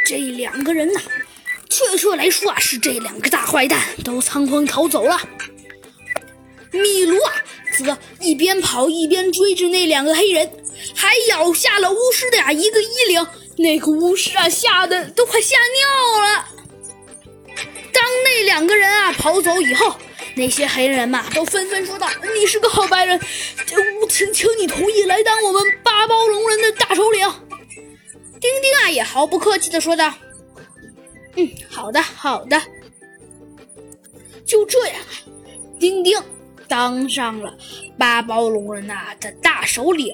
这两个人确切来说是这两个大坏蛋都仓皇逃走了。米卢则一边跑一边追着那两个黑人，还咬下了巫师的一个衣领。那个巫师吓得都快吓尿了。当那两个人跑走以后，那些黑人都纷纷说道：“你是个好白人，请你同意来当我们8包龙人的大首领。”丁丁也毫不客气地说道：“好的，好的。”就这样，丁丁当上了8包龙人的大首领。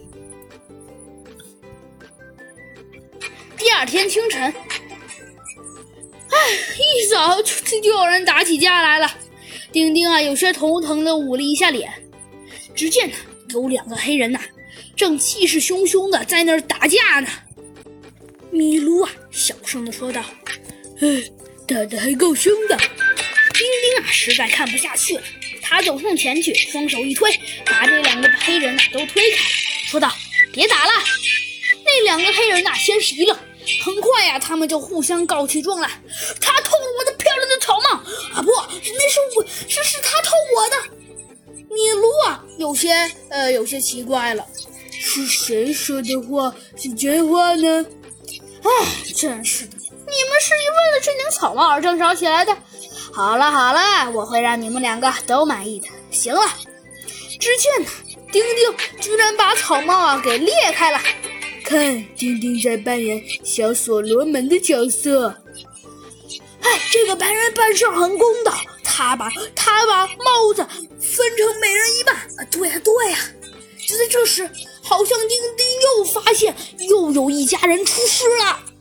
第二天清晨，一早就有人打起架来了。丁丁有些头疼地捂了一下脸，只见有两个黑人正气势汹汹地在那儿打架呢。米卢小声地说道：“打得还够凶的。”丁丁实在看不下去了，他走上前去，双手一推，把这两个黑人都推开，说道：“别打了！”那两个黑人先是一愣，很快他们就互相告起状来。他偷了我的漂亮的草帽不，那是他偷我的。米卢有些奇怪了，是谁说的话是真话呢？真是的，你们是为了这顶草帽而争吵起来的。好了，我会让你们两个都满意的。行了，只见丁丁居然把草帽给裂开了。看，丁丁在扮演小所罗门的角色。这个白人办事很公道，他把帽子分成每人一半。对呀。就在这时，好像丁丁又发现又有一家人出事了。